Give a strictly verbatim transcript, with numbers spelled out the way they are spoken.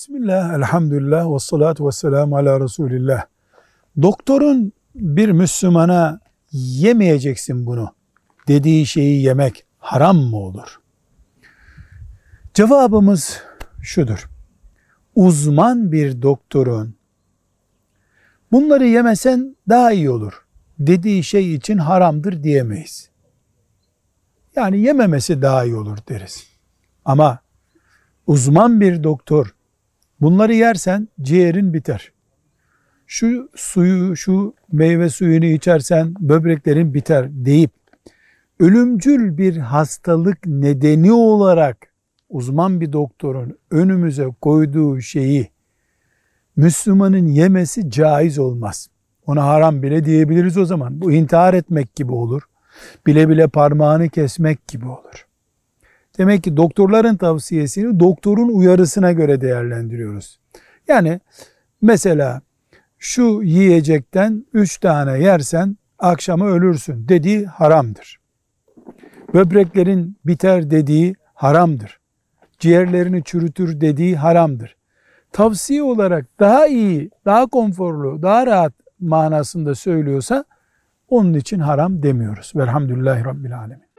Bismillah, elhamdülillah, ve salatu ve selamu ala Resulillah. Doktorun bir Müslümana yemeyeceksin bunu dediği şeyi yemek haram mı olur? Cevabımız şudur. Uzman bir doktorun bunları yemesen daha iyi olur dediği şey için haramdır diyemeyiz. Yani yememesi daha iyi olur deriz. Ama uzman bir doktor bunları yersen ciğerin biter. Şu suyu, şu meyve suyunu içersen böbreklerin biter deyip ölümcül bir hastalık nedeni olarak uzman bir doktorun önümüze koyduğu şeyi Müslümanın yemesi caiz olmaz. Ona haram bile diyebiliriz o zaman. Bu intihar etmek gibi olur. Bile bile parmağını kesmek gibi olur. Demek ki doktorların tavsiyesini doktorun uyarısına göre değerlendiriyoruz. Yani mesela şu yiyecekten üç tane yersen akşama ölürsün dediği haramdır. Böbreklerin biter dediği haramdır. Ciğerlerini çürütür dediği haramdır. Tavsiye olarak daha iyi, daha konforlu, daha rahat manasında söylüyorsa onun için haram demiyoruz. Velhamdülillahi Rabbil Alemin.